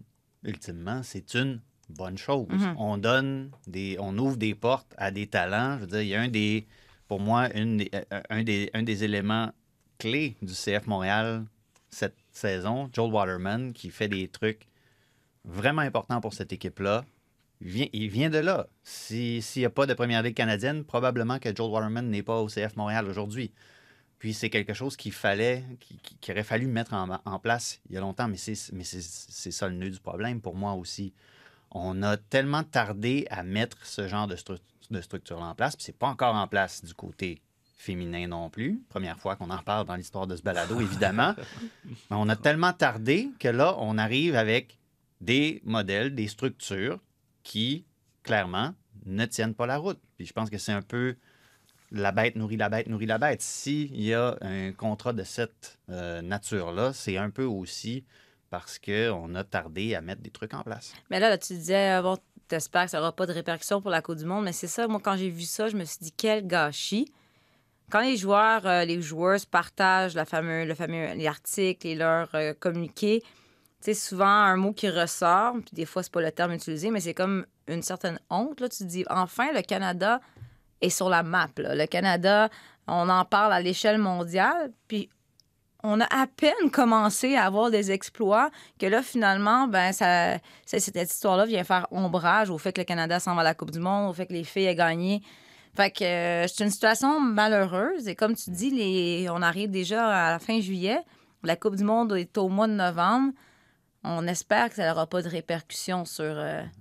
ultimement, c'est une bonne chose. Mm-hmm. On ouvre des portes à des talents. Je veux dire, il y a pour moi, un des éléments clés du CF Montréal cette saison, Joel Waterman, qui fait des trucs vraiment importants pour cette équipe-là. Il vient de là. S'il n'y a pas de première ligue canadienne, probablement que Joel Waterman n'est pas au CF Montréal aujourd'hui. Puis c'est quelque chose qu'il aurait fallu mettre en place il y a longtemps, mais c'est ça le nœud du problème pour moi aussi. On a tellement tardé à mettre ce genre de structure-là en place, puis c'est pas encore en place du côté féminin non plus. Première fois qu'on en parle dans l'histoire de ce balado, évidemment. Mais on a tellement tardé que là, on arrive avec des modèles, des structures qui, clairement, ne tiennent pas la route. Puis je pense que c'est un peu la bête nourrit la bête nourrit la bête. S'il y a un contrat de cette nature-là, c'est un peu aussi parce qu'on a tardé à mettre des trucs en place. Mais là tu disais, bon, t'espères que ça n'aura pas de répercussions pour la Coupe du Monde, mais c'est ça, moi, quand j'ai vu ça, je me suis dit, quel gâchis. Quand les joueuses partagent le fameux les articles et leurs communiqués, tu sais, souvent, un mot qui ressort, puis des fois, c'est pas le terme utilisé, mais c'est comme une certaine honte. Là, tu te dis, enfin, le Canada est sur la map. Là. Le Canada, on en parle à l'échelle mondiale, puis on a à peine commencé à avoir des exploits que là, finalement, cette histoire-là vient faire ombrage au fait que le Canada s'en va à la Coupe du Monde, au fait que les filles aient gagné. Fait que c'est une situation malheureuse. Et comme tu dis, on arrive déjà à la fin juillet. La Coupe du monde est au mois de novembre. On espère que ça n'aura pas de répercussions sur...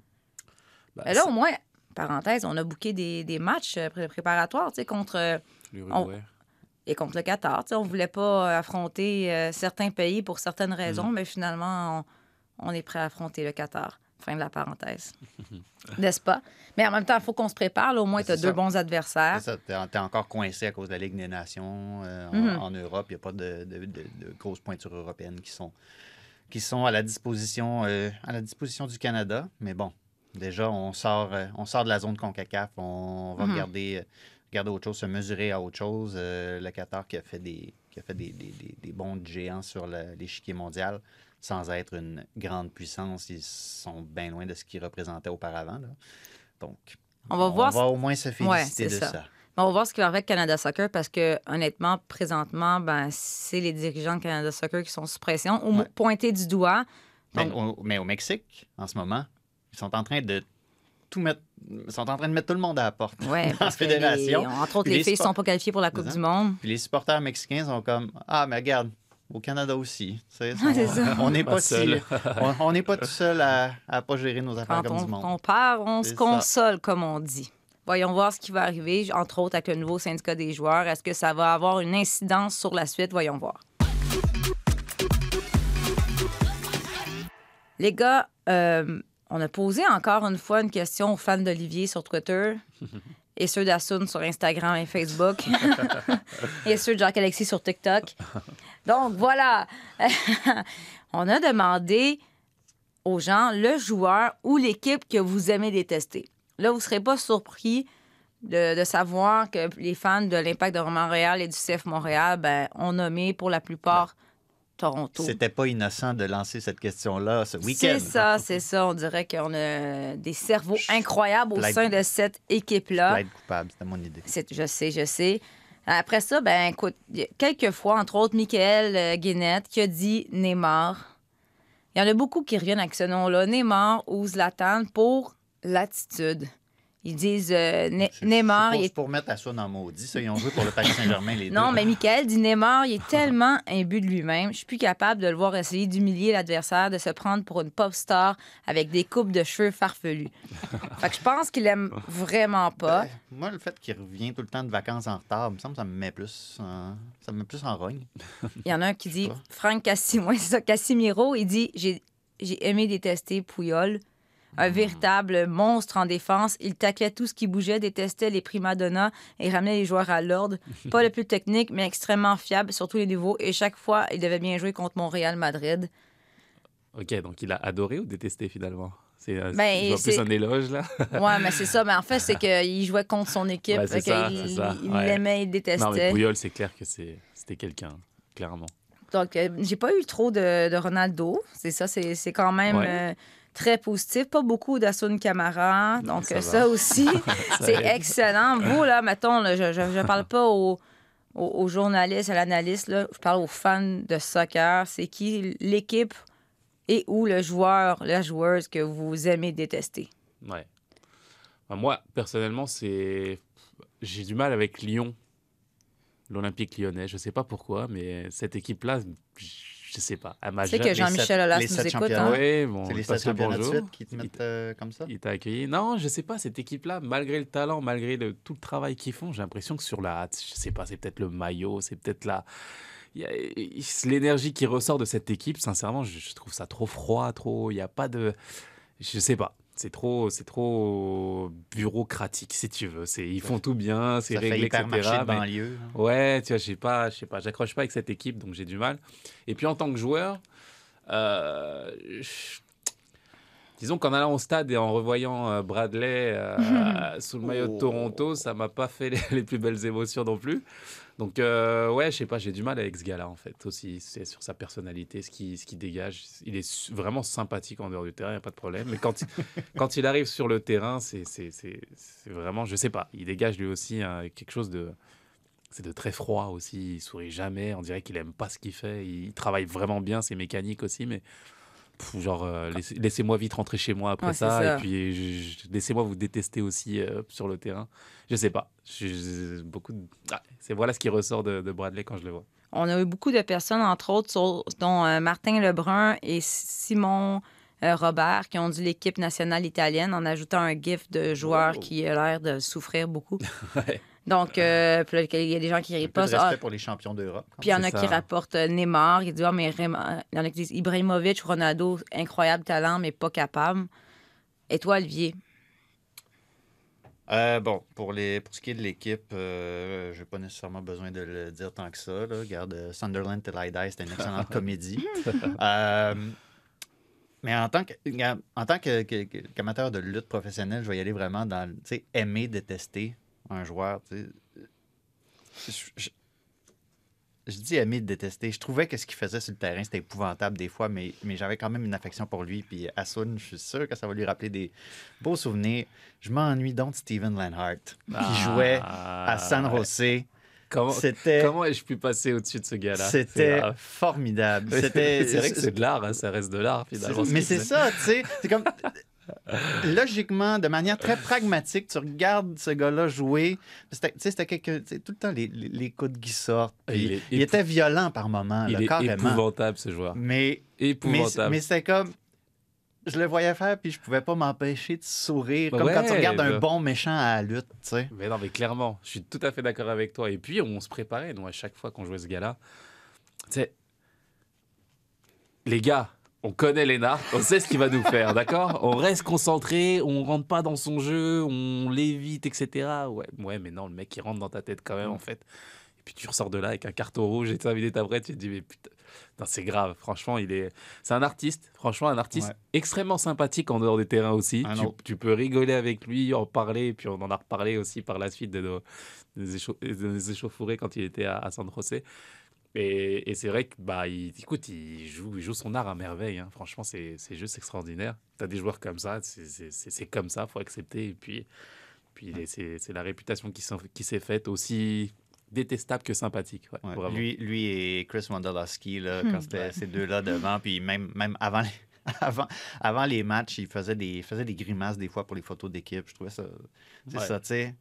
Mais là, au moins, parenthèse, on a booké des matchs préparatoires contre... l'Uruguay. Et contre le Qatar. On ne voulait pas affronter certains pays pour certaines raisons, mais finalement, on est prêt à affronter le Qatar. Fin de la parenthèse. N'est-ce pas? Mais en même temps, il faut qu'on se prépare. Là, au moins, tu as deux bons adversaires. C'est ça. T'es encore coincé à cause de la Ligue des Nations. En Europe, il n'y a pas de grosses pointures européennes qui sont à la disposition du Canada. Mais bon, déjà, on sort de la zone CONCACAF. On va regarder autre chose, se mesurer à autre chose. Le Qatar qui a fait des bonds de géants sur l'échiquier mondial. Sans être une grande puissance, ils sont bien loin de ce qu'ils représentaient auparavant. Là. Donc, on va au moins se féliciter de ça. On va voir ce qu'il va avec Canada Soccer parce que, honnêtement, présentement, c'est les dirigeants de Canada Soccer qui sont sous pression ou pointés du doigt. Donc... Mais au Mexique, en ce moment, ils sont en train de mettre tout le monde à la porte dans la fédération. Entre autres, les filles ne sont pas qualifiées pour la Coupe du monde. Puis les supporters mexicains sont comme « Ah, mais regarde, au Canada aussi. C'est ça. On n'est pas seul. On n'est pas tout seul à pas gérer nos affaires comme du monde. Quand on part, on se console, comme on dit. Voyons voir ce qui va arriver, entre autres avec le nouveau syndicat des joueurs. Est-ce que ça va avoir une incidence sur la suite? Voyons voir. Les gars, on a posé encore une fois une question aux fans d'Olivier sur Twitter et ceux d'Assun sur Instagram et Facebook et ceux de Jacques-Alexis sur TikTok. Donc, voilà. On a demandé aux gens le joueur ou l'équipe que vous aimez détester. Là, vous ne serez pas surpris de savoir que les fans de l'Impact de Montréal et du CF Montréal ont nommé pour la plupart Toronto. C'était pas innocent de lancer cette question-là ce week-end. C'est ça. On dirait qu'on a des cerveaux incroyables au sein de cette équipe-là. Plaide coupable, c'était mon idée. Je sais. Après ça, écoute, quelques fois, entre autres, Michael Guénette qui a dit Neymar. Il y en a beaucoup qui reviennent avec ce nom-là, Neymar ou Zlatan, pour l'attitude. Ils disent Neymar... C'est pour mettre Assun en maudit, ça. Ils ont joué pour le Paris Saint-Germain, les deux. Non, mais Michael dit Neymar, il est tellement imbu de lui-même. Je suis plus capable de le voir essayer d'humilier l'adversaire, de se prendre pour une pop star avec des coupes de cheveux farfelues. Fait que je pense qu'il aime vraiment pas. Moi, le fait qu'il revient tout le temps de vacances en retard, il me semble que ça me met plus en rogne. Il y en a un qui dit, Franck Casimiro, il dit j'ai aimé détester Puyol. Un véritable monstre en défense. Il taclait tout ce qui bougeait, détestait les primadonnas et ramenait les joueurs à l'ordre. Pas le plus technique, mais extrêmement fiable sur tous les niveaux. Et chaque fois, il devait bien jouer contre Montréal-Madrid. OK, donc il a adoré ou détesté finalement? Je vois plus un éloge, là. Oui, mais c'est ça. Mais en fait, c'est qu'il jouait contre son équipe. Ouais, c'est ça. Il l'aimait, il détestait. Non, mais Puyol, c'est clair que c'était quelqu'un, clairement. Donc, j'ai pas eu trop de Ronaldo. C'est ça, c'est quand même... très positif. Pas beaucoup d'Assun Camara. Donc, ça ça va. aussi, c'est excellent. Vous, là, mettons, là, je parle pas aux journalistes, à l'analyste, là, je parle aux fans de soccer. C'est qui l'équipe et ou le joueur, la joueuse que vous aimez détester? Ouais. Moi, personnellement, j'ai du mal avec Lyon, l'Olympique lyonnais. Je sais pas pourquoi, mais cette équipe-là, je sais pas. Elle m'a Tu sais que Jean-Michel Aulas les nous 7 écoute. championnats. Hein? Oui, bon, C'est les passe 7 le championnats de bonjour. suite qui te mettent comme ça? Il t'a accueilli. Non, je sais pas, cette équipe-là, malgré le talent, malgré tout le travail qu'ils font, j'ai l'impression que sur la... Je sais pas, c'est peut-être le maillot, c'est peut-être l'énergie qui ressort de cette équipe. Sincèrement, je trouve ça trop froid, il n'y a pas de... Je sais pas. C'est trop bureaucratique, si tu veux. Ils font tout bien, c'est Ça fait réglé, hyper etc. marché de mais- banlieue. hein. Ouais, tu vois, je sais pas, j'accroche pas avec cette équipe, donc j'ai du mal. Et puis en tant que joueur, disons qu'en allant au stade et en revoyant Bradley sous le maillot de Toronto, ça m'a pas fait les plus belles émotions non plus. Donc ouais, je sais pas, j'ai du mal avec ce gars-là en fait aussi. C'est sur sa personnalité, ce qui dégage. Il est vraiment sympathique en dehors du terrain, y a pas de problème. Mais quand il arrive sur le terrain, c'est vraiment, je sais pas, il dégage lui aussi quelque chose de très froid aussi. Il sourit jamais, on dirait qu'il aime pas ce qu'il fait. Il travaille vraiment bien, c'est mécanique aussi, mais laissez-moi vite rentrer chez moi après Ouais, c'est ça, ça. et puis laissez-moi vous détester aussi sur le terrain. Je sais pas. Voilà ce qui ressort de Bradley quand je le vois. On a eu beaucoup de personnes, entre autres, dont Martin Lebrun et Simon Robert, qui ont dit l'équipe nationale italienne en ajoutant un gif de joueur qui a l'air de souffrir beaucoup. Ouais. Donc, puis là, il y a des gens qui Un peu de ripostent. respect pour les champions d'Europe. Puis il y en a C'est qui ça. rapportent Neymar. Il dit, mais il y en a qui disent Ibrahimovic, Ronaldo, incroyable talent, mais pas capable. Et toi, Olivier? Bon, pour ce qui est de l'équipe, je n'ai pas nécessairement besoin de le dire tant que ça. Là. Regarde, Sunderland Till I Die, c'était une excellente comédie. Mais en tant qu'amateur de lutte professionnelle, je vais y aller vraiment dans aimer, détester un joueur. Je dis aimer, détester. Je trouvais que ce qu'il faisait sur le terrain, c'était épouvantable des fois, mais j'avais quand même une affection pour lui. Puis Assun, je suis sûr que ça va lui rappeler des beaux souvenirs. Je m'ennuie donc de Steven Lanhart, qui jouait à San Jose. Comment ai-je pu passer au-dessus de ce gars-là? C'était formidable. C'est vrai que c'est de l'art, hein, ça reste de l'art finalement. Mais c'est ça, tu sais. C'est comme. Logiquement, de manière très pragmatique, tu regardes ce gars-là jouer. C'était quelqu'un. Tout le temps, les coups qui sortent. Il était violent par moments, Il est carrément. épouvantable, ce joueur. Mais c'était comme. Je le voyais faire, puis je pouvais pas m'empêcher de sourire. Comme quand tu regardes un bon méchant à la lutte, tu sais. Mais non, mais clairement, je suis tout à fait d'accord avec toi. Et puis, on se préparait, nous, à chaque fois qu'on jouait ce gars-là. Tu sais, les gars, on connaît Lennart, on sait ce qu'il va nous faire, d'accord? On reste concentré, on rentre pas dans son jeu, on l'évite, etc. Ouais, mais non, le mec, il rentre dans ta tête quand même, en fait. Et puis tu ressors de là avec un carton rouge et 5 minutes après, tu te dis, mais putain, non, c'est grave. Franchement, c'est un artiste, extrêmement sympathique en dehors des terrains aussi. Tu peux rigoler avec lui, en parler, et puis on en a reparlé aussi par la suite de nos échauffourées quand il était à San José. Et c'est vrai que il joue son art à merveille. Hein. Franchement, c'est juste extraordinaire. Tu as des joueurs comme ça, c'est comme ça, il faut accepter. Et puis c'est la réputation qui s'est faite aussi détestable que sympathique. Ouais, lui et Chris Wondolowski, là, quand c'était ces deux-là devant, puis même avant les matchs, il faisait des grimaces des fois pour les photos d'équipe. Je trouvais ça... C'est ça, tu sais...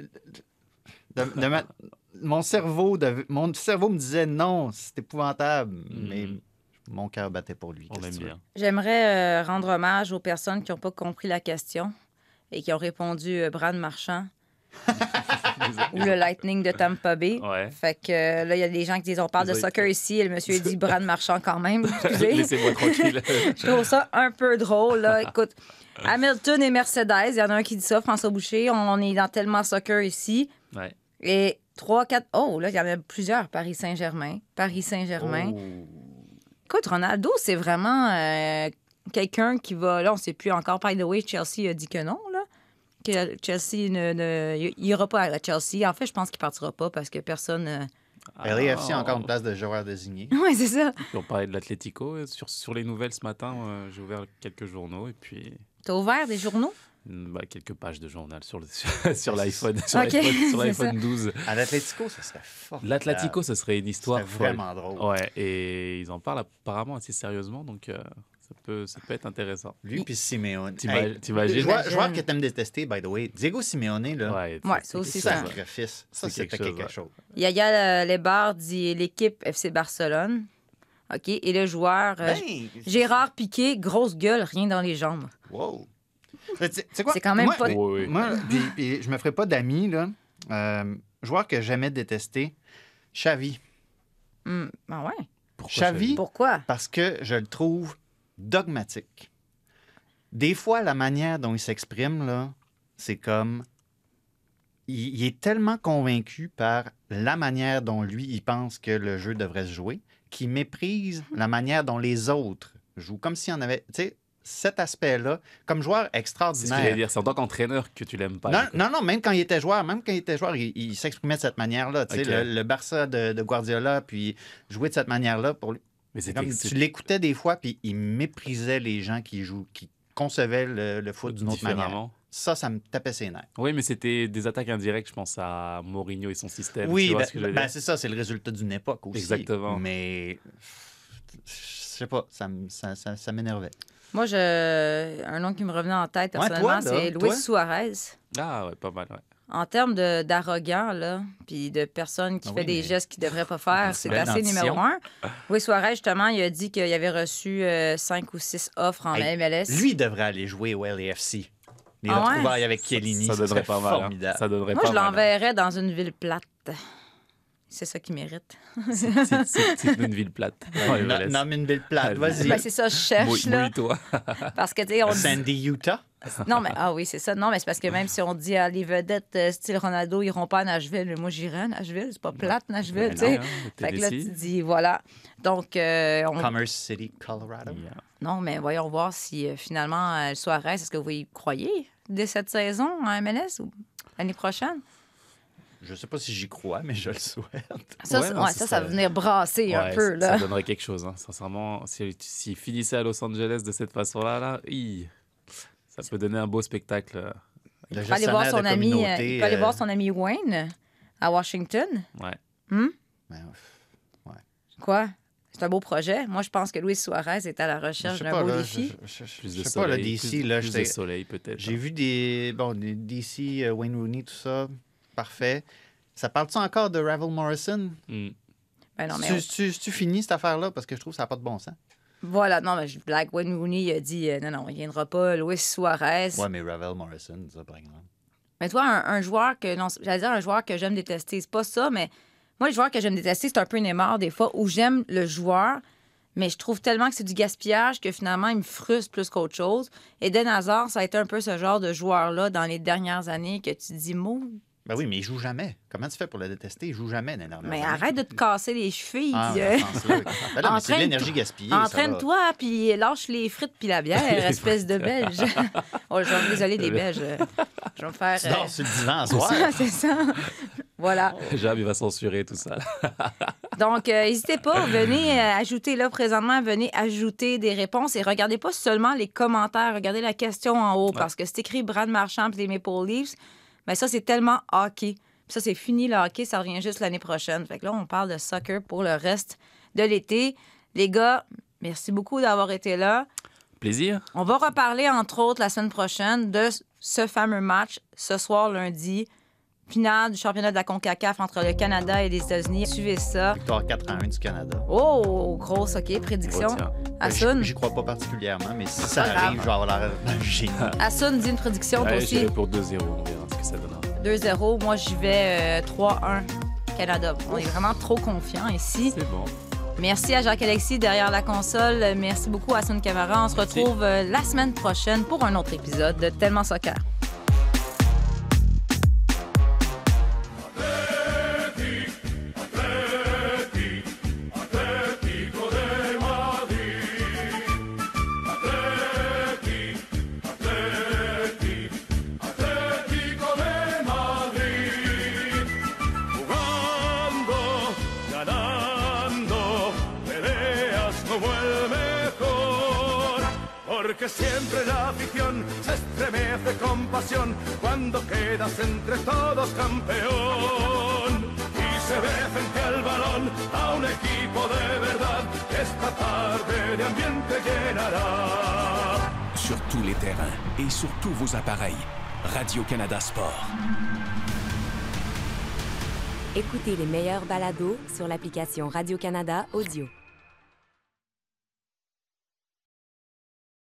Mon cerveau me disait non, c'est épouvantable, mais mon cœur battait pour lui. On l'aime bien. J'aimerais rendre hommage aux personnes qui n'ont pas compris la question et qui ont répondu Brad Marchand ou le Lightning de Tampa Bay. Ouais. Fait que là, il y a des gens qui disent on parle de soccer ici et le monsieur dit Brad Marchand quand même. Excusez. Laissez-moi tranquille. Je trouve ça un peu drôle. Là. Écoute, Hamilton et Mercedes, il y en a un qui dit ça, François Boucher, on est dans tellement soccer ici. Ouais. Et 3, 4... Oh, là, il y en a plusieurs. Paris Saint-Germain. Écoute, Ronaldo, c'est vraiment quelqu'un qui va... Là, on ne sait plus encore. By the way, Chelsea a dit que non, là. Que Chelsea il n'ira pas à Chelsea. En fait, je pense qu'il ne partira pas parce que personne LAFC a encore une place de joueur désigné. Oui, c'est ça. Puis on parlait de l'Atlético. Sur les nouvelles ce matin, j'ai ouvert quelques journaux et puis T'as ouvert des journaux? quelques pages de journal sur l'iPhone, sur Ok, l'iPhone 12. À l'Atlético, ça serait fort. L'Atlético, ce serait une histoire C'est folle. vraiment drôle. Ouais, et ils en parlent apparemment assez sérieusement, donc ça peut être intéressant. Lui puis Simeone. T'imagines? Joueur que t'aimes détester, by the way. Diego Simeone, là. Ouais, Ça aussi, ça. Sacrifice. Ça, C'est c'était quelque quelque chose, chose. Yaya Lebar dit l'équipe FC Barcelone. OK. Et le joueur Gérard Piqué, grosse gueule, rien dans les jambes. Wow. C'est quoi? C'est quand même moi, pas... Oui. Moi, puis je me ferai pas d'amis, là. Joueur que j'aimais détester, Xavi. Ah ouais? Xavi, Pourquoi? parce que je le trouve dogmatique. Des fois, la manière dont il s'exprime, là, c'est comme... Il est tellement convaincu par la manière dont lui, il pense que le jeu devrait se jouer, qu'il méprise la manière dont les autres jouent. Comme s'il y en avait... Tu sais, cet aspect-là, comme joueur C'est ce que extraordinaire... j'allais dire. C'est en tant qu'entraîneur que tu l'aimes pas. Non, même quand il était joueur, il s'exprimait de cette manière-là. Tu sais, Ok. le Barça de Guardiola, puis jouer de cette manière-là, pour lui. Mais C'est c'était comme, tu l'écoutais des fois, puis il méprisait les gens qui concevaient le foot d'une autre manière. différemment. Ça me tapait ses nerfs. Oui, mais c'était des attaques indirectes, je pense à Mourinho et son système. Oui, tu vois ce que je veux dire? c'est ça, c'est le résultat d'une époque aussi. Exactement. Mais, je sais pas, ça m'énervait. Moi, un nom qui me revenait en tête, Ouais, personnellement, toi, là, c'est Luis toi? Suarez. Ah ouais, pas mal, ouais. En termes d'arrogant, là, puis de personne qui Ah fait oui, des mais- gestes qu'il ne devrait pas faire, c'est belle assez dentition. numéro 1. Luis Suarez, justement, il a dit qu'il avait reçu 5 ou 6 offres en Hey, MLS. Lui, il devrait aller jouer au LAFC. Les Ah ouais? retrouvailles avec Chiellini, Ça ça donnerait serait pas mal. hein. formidable. Ça donnerait Moi, pas je mal, hein. l'enverrais dans une ville plate. C'est ça qu'il mérite. C'est une ville plate. Ouais, No- je laisse. Nomme une ville plate, vas-y. Ben, c'est ça, je cherche, là. Mouille-toi. Parce que, tu sais, on dit... Sandy, Utah. Non, mais oui, c'est ça. Non, mais c'est parce que même si on dit les vedettes style Ronaldo iront pas à Nashville, mais moi, j'irai à Nashville. C'est pas plate, Nashville, Ben tu sais. non, hein, Fait que là, Tennessee. tu dis, voilà. Donc, Commerce City, Colorado. Yeah. non, mais voyons voir si finalement, Suarez, est-ce que vous y croyez dès cette saison en MLS ou l'année prochaine? Je sais pas si j'y crois, mais je le souhaite. Ça, Ouais, non, ça va venir brasser un Ouais, peu, là. Ça donnerait quelque chose, hein. Sincèrement. S'il finissait à Los Angeles de cette façon-là, ça peut donner un beau spectacle. Il peut aller voir son ami, il peut aller voir son ami Wayne à Washington. Ouais. Quoi? C'est un beau projet. Moi, je pense que Luis Suarez est à la recherche d'un beau défi. Plus Je de sais pas, le soleil, DC, là, plus de soleil peut-être. j'ai vu des DC, Wayne Rooney, tout ça. Parfait. Ça parle-tu encore de Ravel Morrison? Mm. Ben non, mais Tu finis cette affaire-là parce que je trouve que ça n'a pas de bon sens. voilà, non, mais je blague. Wayne Rooney il a dit non, il ne viendra pas. Luis Suarez. Ouais, mais Ravel Morrison, ça, par exemple. Mais toi, un joueur que. Non, j'allais dire un joueur que j'aime détester. C'est pas ça, mais moi, les joueurs que j'aime détester, c'est un peu Neymar, des fois, où j'aime le joueur, mais je trouve tellement que c'est du gaspillage que finalement, il me frustre plus qu'autre chose. Eden Hazard, ça a été un peu ce genre de joueur-là dans les dernières années que tu te dis, Ben oui, mais il joue jamais. Comment tu fais pour le détester? Il joue jamais dans les dernières mais années. arrête de te casser les chevilles. Ah, puis, dans ce sens-là. Ben non, mais c'est de l'énergie gaspillée. ça, là. Entraîne-toi, puis lâche les frites puis la bière, espèce de Belge. Oh, je vais me désolé des Belges. Je vais me faire... Tu dors sur le divan ce soir. c'est ça. Voilà. Jab, il va censurer tout ça. Donc, n'hésitez pas, venez ajouter là présentement, venez ajouter des réponses et regardez pas seulement les commentaires, regardez la question en haut parce que c'est écrit Brad Marchand puis les Maple Leafs, mais ça, c'est tellement hockey. Puis ça, c'est fini le hockey, ça revient juste l'année prochaine. Fait que là, on parle de soccer pour le reste de l'été. Les gars, merci beaucoup d'avoir été là. Plaisir. On va reparler, entre autres, la semaine prochaine de ce fameux match, ce soir, lundi, finale du championnat de la CONCACAF entre le Canada et les États-Unis. Suivez ça. Victoire 4-1 du Canada. Oh, grosse, OK, prédiction. Retiens. Assun, J'y crois pas particulièrement, mais si ça Pas grave. arrive, je vais avoir l'air d'un génie. Assun dit une prédiction, toi Ouais, aussi. j'irai pour 2-0, on verra ce que ça donnera. 2-0. Moi, j'y vais 3-1 Canada. On est vraiment trop confiants ici. C'est bon. Merci à Jacques-Alexis derrière la console. Merci beaucoup à Assun Camara. On se Merci. retrouve la semaine prochaine pour un autre épisode de Tellement Soccer. Jugando, Porque siempre la afición se estremece con pasión cuando quedas entre todos campeón. Y se ve frente al balón a un equipo de verdad que esta tarde de ambiente llenará. Sur tous les terrains et sur tous vos appareils, Radio-Canada Sport. Écoutez les meilleurs balados sur l'application Radio-Canada Audio.